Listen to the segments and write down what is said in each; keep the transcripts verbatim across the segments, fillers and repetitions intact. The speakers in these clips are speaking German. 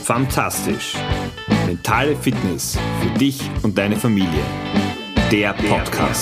Fantastisch. Mentale Fitness für dich und deine Familie. Der Podcast.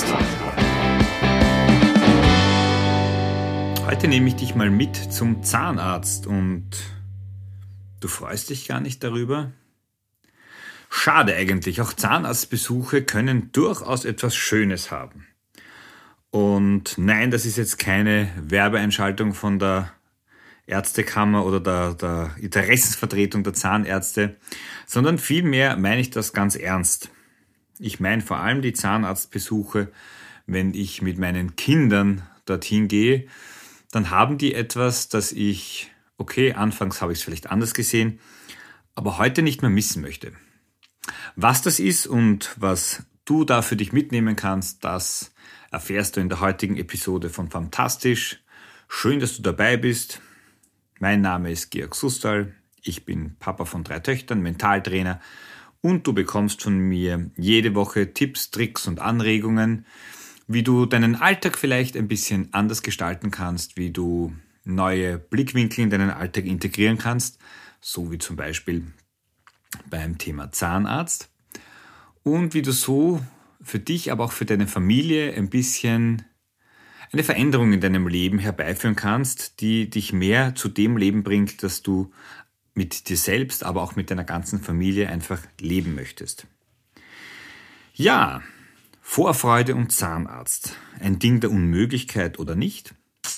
Heute nehme ich dich mal mit zum Zahnarzt und du freust dich gar nicht darüber? Schade eigentlich, auch Zahnarztbesuche können durchaus etwas Schönes haben. Und nein, das ist jetzt keine Werbeeinschaltung von der Ärztekammer oder der, der Interessensvertretung der Zahnärzte, sondern vielmehr meine ich das ganz ernst. Ich meine vor allem die Zahnarztbesuche, wenn ich mit meinen Kindern dorthin gehe, dann haben die etwas, das ich, okay, anfangs habe ich es vielleicht anders gesehen, aber heute nicht mehr missen möchte. Was das ist und was du da für dich mitnehmen kannst, das erfährst du in der heutigen Episode von Fantastisch. Schön, dass du dabei bist. Mein Name ist Georg Sustal, ich bin Papa von drei Töchtern, Mentaltrainer und du bekommst von mir jede Woche Tipps, Tricks und Anregungen, wie du deinen Alltag vielleicht ein bisschen anders gestalten kannst, wie du neue Blickwinkel in deinen Alltag integrieren kannst, so wie zum Beispiel beim Thema Zahnarzt und wie du so für dich, aber auch für deine Familie ein bisschen eine Veränderung in deinem Leben herbeiführen kannst, die dich mehr zu dem Leben bringt, das du mit dir selbst, aber auch mit deiner ganzen Familie einfach leben möchtest. Ja, Vorfreude und Zahnarzt. Ein Ding der Unmöglichkeit oder nicht?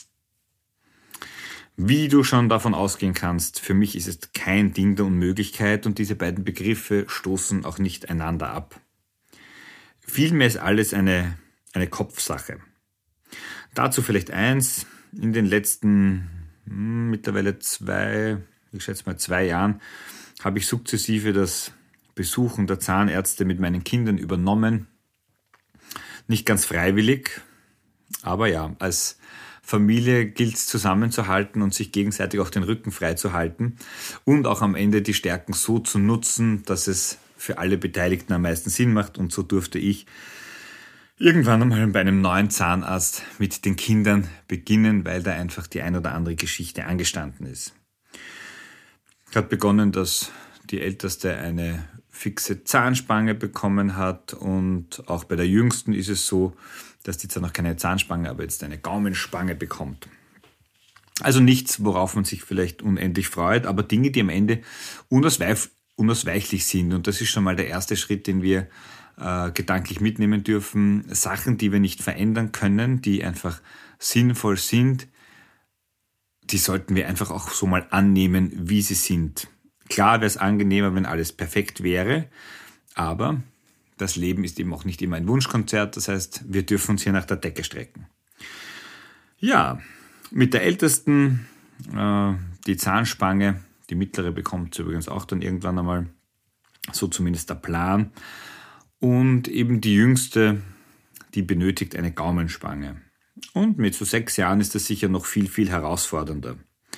Wie du schon davon ausgehen kannst, für mich ist es kein Ding der Unmöglichkeit und diese beiden Begriffe stoßen auch nicht einander ab. Vielmehr ist alles eine, eine Kopfsache. Dazu vielleicht eins, in den letzten hm, mittlerweile zwei, ich schätze mal zwei Jahren, habe ich sukzessive das Besuchen der Zahnärzte mit meinen Kindern übernommen. Nicht ganz freiwillig, aber ja, als Familie gilt es zusammenzuhalten und sich gegenseitig auch den Rücken frei zu halten und auch am Ende die Stärken so zu nutzen, dass es für alle Beteiligten am meisten Sinn macht. Und so durfte ich irgendwann einmal bei einem neuen Zahnarzt mit den Kindern beginnen, weil da einfach die ein oder andere Geschichte angestanden ist. Hat begonnen, dass die Älteste eine fixe Zahnspange bekommen hat und auch bei der Jüngsten ist es so, dass die zwar noch keine Zahnspange, aber jetzt eine Gaumenspange bekommt. Also nichts, worauf man sich vielleicht unendlich freut, aber Dinge, die am Ende unausweich, unausweichlich sind. Und das ist schon mal der erste Schritt, den wir äh, gedanklich mitnehmen dürfen. Sachen, die wir nicht verändern können, die einfach sinnvoll sind, die sollten wir einfach auch so mal annehmen, wie sie sind. Klar wäre es angenehmer, wenn alles perfekt wäre, aber das Leben ist eben auch nicht immer ein Wunschkonzert, das heißt, wir dürfen uns hier nach der Decke strecken. Ja, mit der Ältesten, äh, die Zahnspange, die mittlere bekommt sie übrigens auch dann irgendwann einmal, so zumindest der Plan. Und eben die Jüngste, die benötigt eine Gaumenspange. Und mit so sechs Jahren ist das sicher noch viel, viel herausfordernder.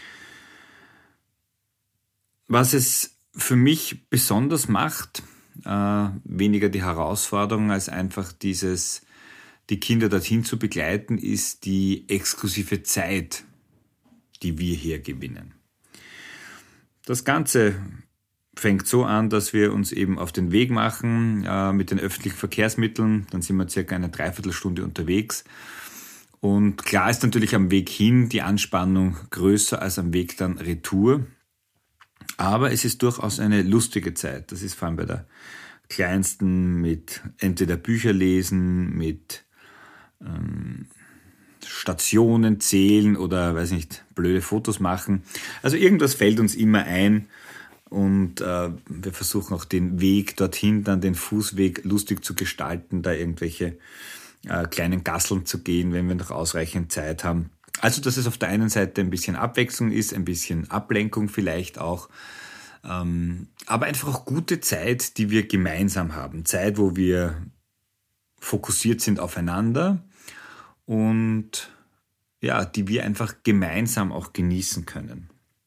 Was es für mich besonders macht, äh, weniger die Herausforderung als einfach dieses, die Kinder dorthin zu begleiten, ist die exklusive Zeit, die wir hier gewinnen. Das Ganze fängt so an, dass wir uns eben auf den Weg machen äh, mit den öffentlichen Verkehrsmitteln. Dann sind wir circa eine Dreiviertelstunde unterwegs. Und klar ist natürlich am Weg hin die Anspannung größer als am Weg dann retour. Aber es ist durchaus eine lustige Zeit. Das ist vor allem bei der Kleinsten mit entweder Bücher lesen, mit ähm, Stationen zählen oder, weiß nicht, blöde Fotos machen. Also irgendwas fällt uns immer ein und äh, wir versuchen auch den Weg dorthin, dann den Fußweg lustig zu gestalten, da irgendwelche äh, kleinen Gasseln zu gehen, wenn wir noch ausreichend Zeit haben. Also, dass es auf der einen Seite ein bisschen Abwechslung ist, ein bisschen Ablenkung vielleicht auch, ähm, aber einfach auch gute Zeit, die wir gemeinsam haben. Zeit, wo wir fokussiert sind aufeinander und ja, die wir einfach gemeinsam auch genießen können.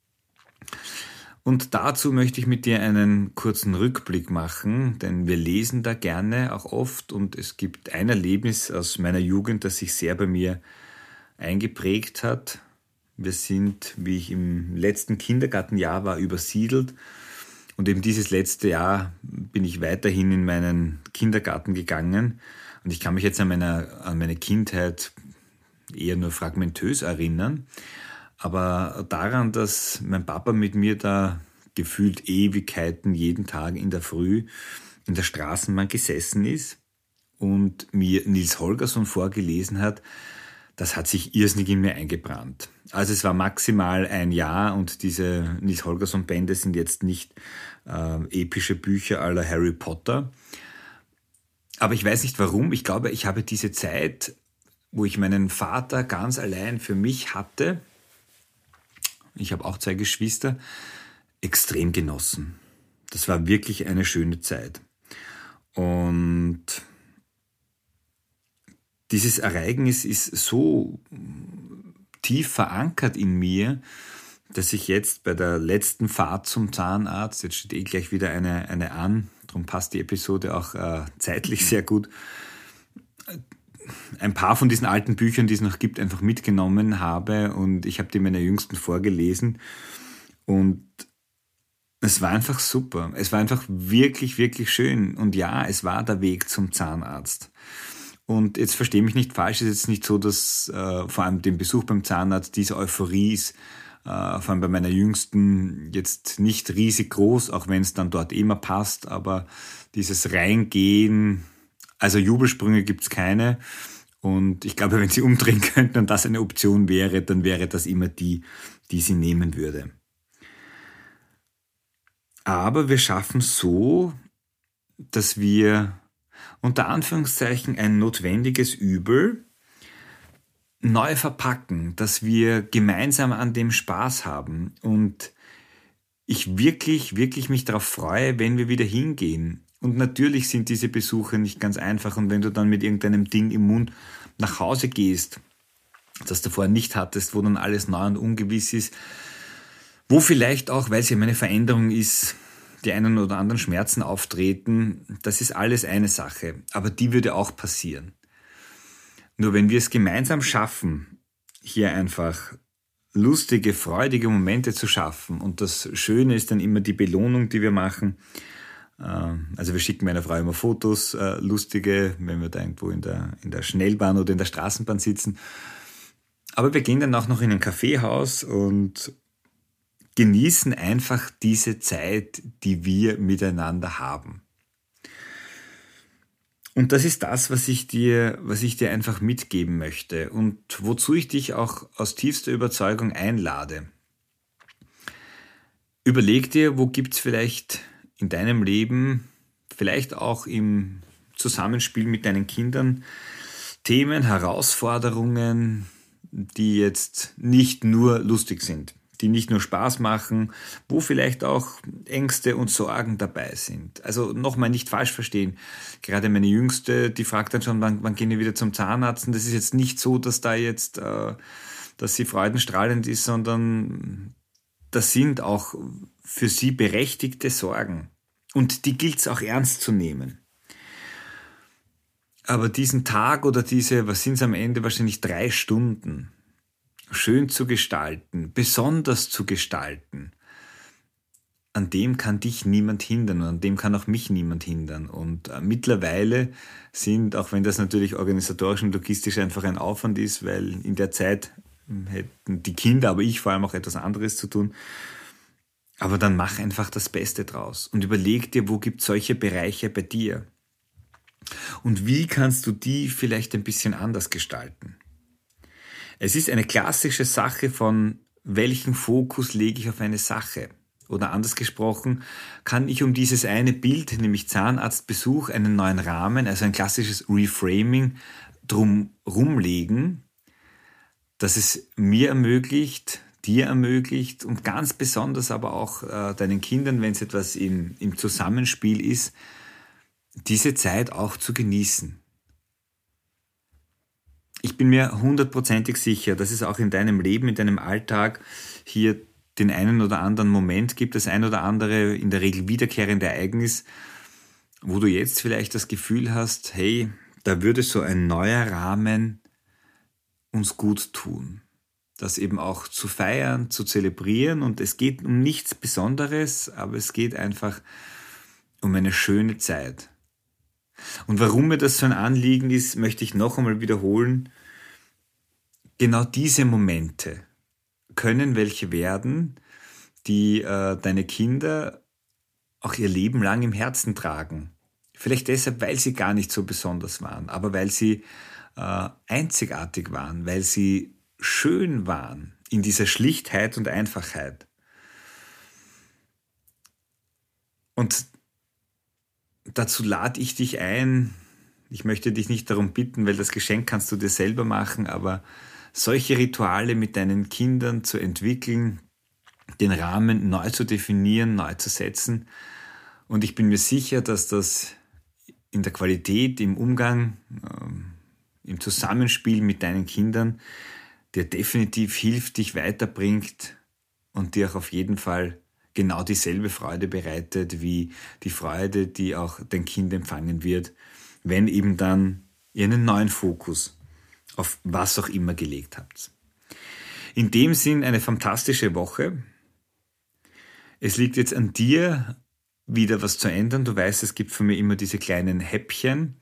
Und dazu möchte ich mit dir einen kurzen Rückblick machen, denn wir lesen da gerne auch oft und es gibt ein Erlebnis aus meiner Jugend, das sich sehr bei mir eingeprägt hat. Wir sind, wie ich im letzten Kindergartenjahr war, übersiedelt Und eben dieses letzte Jahr bin ich weiterhin in meinen Kindergarten gegangen. Und ich kann mich jetzt an, meiner, an meine Kindheit eher nur fragmentös erinnern. Aber daran, dass mein Papa mit mir da gefühlt Ewigkeiten jeden Tag in der Früh in der Straßenbahn gesessen ist und mir Nils Holgersson vorgelesen hat, das hat sich irrsinnig in mir eingebrannt. Also es war maximal ein Jahr und diese Nils Holgersson-Bände sind jetzt nicht äh, epische Bücher à la Harry Potter. Aber ich weiß nicht warum. Ich glaube, ich habe diese Zeit, wo ich meinen Vater ganz allein für mich hatte, ich habe auch zwei Geschwister, extrem genossen. Das war wirklich eine schöne Zeit. Und dieses Ereignis ist so tief verankert in mir, dass ich jetzt bei der letzten Fahrt zum Zahnarzt, jetzt steht eh gleich wieder eine, eine an, darum passt die Episode auch äh, zeitlich sehr gut, ein paar von diesen alten Büchern, die es noch gibt, einfach mitgenommen habe und ich habe die meiner Jüngsten vorgelesen und es war einfach super. Es war einfach wirklich, wirklich schön. Und ja, es war der Weg zum Zahnarzt. Und jetzt verstehe mich nicht falsch, es ist jetzt nicht so, dass äh, vor allem den Besuch beim Zahnarzt diese Euphorie ist, äh, vor allem bei meiner Jüngsten jetzt nicht riesig groß, auch wenn es dann dort immer passt, aber dieses Reingehen, also Jubelsprünge gibt's keine. Und ich glaube, wenn sie umdrehen könnten und das eine Option wäre, dann wäre das immer die, die sie nehmen würde. Aber wir schaffen so, dass wir unter Anführungszeichen ein notwendiges Übel neu verpacken, dass wir gemeinsam an dem Spaß haben und ich wirklich, wirklich mich darauf freue, wenn wir wieder hingehen. Und natürlich sind diese Besuche nicht ganz einfach und wenn du dann mit irgendeinem Ding im Mund nach Hause gehst, das du vorher nicht hattest, wo dann alles neu und ungewiss ist, wo vielleicht auch, weil es ja eine Veränderung ist, die einen oder anderen Schmerzen auftreten, das ist alles eine Sache, aber die würde auch passieren. Nur wenn wir es gemeinsam schaffen, hier einfach lustige, freudige Momente zu schaffen und das Schöne ist dann immer die Belohnung, die wir machen. Also wir schicken meiner Frau immer Fotos, lustige, wenn wir da irgendwo in der, in der Schnellbahn oder in der Straßenbahn sitzen. Aber wir gehen dann auch noch in ein Kaffeehaus und genießen einfach diese Zeit, die wir miteinander haben. Und das ist das, was ich dir, was ich dir einfach mitgeben möchte und wozu ich dich auch aus tiefster Überzeugung einlade. Überleg dir, wo gibt's vielleicht in deinem Leben, vielleicht auch im Zusammenspiel mit deinen Kindern, Themen, Herausforderungen, die jetzt nicht nur lustig sind, die nicht nur Spaß machen, wo vielleicht auch Ängste und Sorgen dabei sind. Also nochmal nicht falsch verstehen. Gerade meine Jüngste, die fragt dann schon, wann, wann gehen wir wieder zum Zahnarzt? Und das ist jetzt nicht so, dass da jetzt, äh, dass sie freudenstrahlend ist, sondern das sind auch für sie berechtigte Sorgen. Und die gilt es auch ernst zu nehmen. Aber diesen Tag oder diese, was sind es am Ende, wahrscheinlich drei Stunden, schön zu gestalten, besonders zu gestalten, an dem kann dich niemand hindern und an dem kann auch mich niemand hindern. Und äh, mittlerweile sind, auch wenn das natürlich organisatorisch und logistisch einfach ein Aufwand ist, weil in der Zeit hätten die Kinder, aber ich vor allem auch etwas anderes zu tun, aber dann mach einfach das Beste draus und überleg dir, wo gibt es solche Bereiche bei dir und wie kannst du die vielleicht ein bisschen anders gestalten. Es ist eine klassische Sache von, welchen Fokus lege ich auf eine Sache? Oder anders gesprochen, kann ich um dieses eine Bild, nämlich Zahnarztbesuch, einen neuen Rahmen, also ein klassisches Reframing, drum rumlegen, dass es mir ermöglicht, dir ermöglicht und ganz besonders aber auch äh, deinen Kindern, wenn es etwas im, im Zusammenspiel ist, diese Zeit auch zu genießen. Ich bin mir hundertprozentig sicher, dass es auch in deinem Leben, in deinem Alltag hier den einen oder anderen Moment gibt, das ein oder andere in der Regel wiederkehrende Ereignis, wo du jetzt vielleicht das Gefühl hast, hey, da würde so ein neuer Rahmen uns gut tun. das eben auch zu feiern, zu zelebrieren. Und es geht um nichts Besonderes, aber es geht einfach um eine schöne Zeit. Und warum mir das so ein Anliegen ist, möchte ich noch einmal wiederholen. Genau diese Momente können welche werden, die äh, deine Kinder auch ihr Leben lang im Herzen tragen. Vielleicht deshalb, weil sie gar nicht so besonders waren, aber weil sie äh, einzigartig waren, weil sie schön waren in dieser Schlichtheit und Einfachheit. Und dazu lade ich dich ein. Ich möchte dich nicht darum bitten, weil das Geschenk kannst du dir selber machen, aber solche Rituale mit deinen Kindern zu entwickeln, den Rahmen neu zu definieren, neu zu setzen. Und ich bin mir sicher, dass das in der Qualität, im Umgang, im Zusammenspiel mit deinen Kindern dir definitiv hilft, dich weiterbringt und dir auch auf jeden Fall genau dieselbe Freude bereitet, wie die Freude, die auch dein Kind empfangen wird, wenn eben dann ihr einen neuen Fokus auf was auch immer gelegt habt. In dem Sinn eine fantastische Woche. Es liegt jetzt an dir, wieder was zu ändern. Du weißt, es gibt von mir immer diese kleinen Häppchen.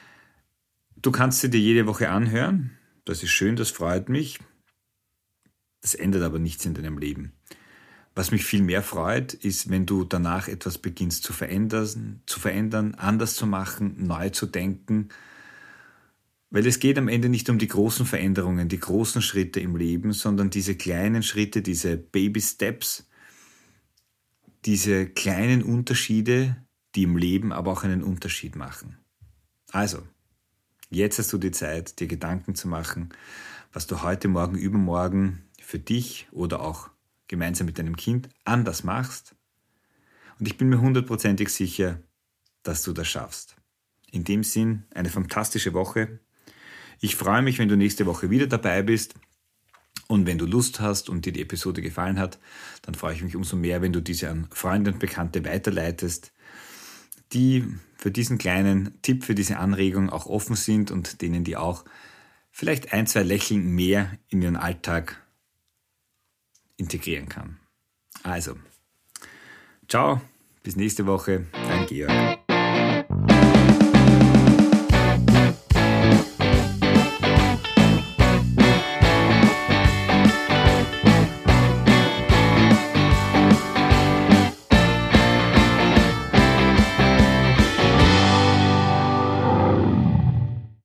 Du kannst sie dir jede Woche anhören. Das ist schön, das freut mich. Das ändert aber nichts in deinem Leben. Was mich viel mehr freut, ist, wenn du danach etwas beginnst zu verändern, zu verändern, anders zu machen, neu zu denken. Weil es geht am Ende nicht um die großen Veränderungen, die großen Schritte im Leben, sondern diese kleinen Schritte, diese Baby Steps, diese kleinen Unterschiede, die im Leben aber auch einen Unterschied machen. Also, jetzt hast du die Zeit, dir Gedanken zu machen, was du heute, morgen, übermorgen für dich oder auch gemeinsam mit deinem Kind anders machst. Und ich bin mir hundertprozentig sicher, dass du das schaffst. In dem Sinn, eine fantastische Woche. Ich freue mich, wenn du nächste Woche wieder dabei bist. Und wenn du Lust hast und dir die Episode gefallen hat, dann freue ich mich umso mehr, wenn du diese an Freunde und Bekannte weiterleitest, die für diesen kleinen Tipp, für diese Anregung auch offen sind und denen die auch vielleicht ein, zwei Lächeln mehr in ihren Alltag integrieren kann. Also, ciao, bis nächste Woche, dein Georg.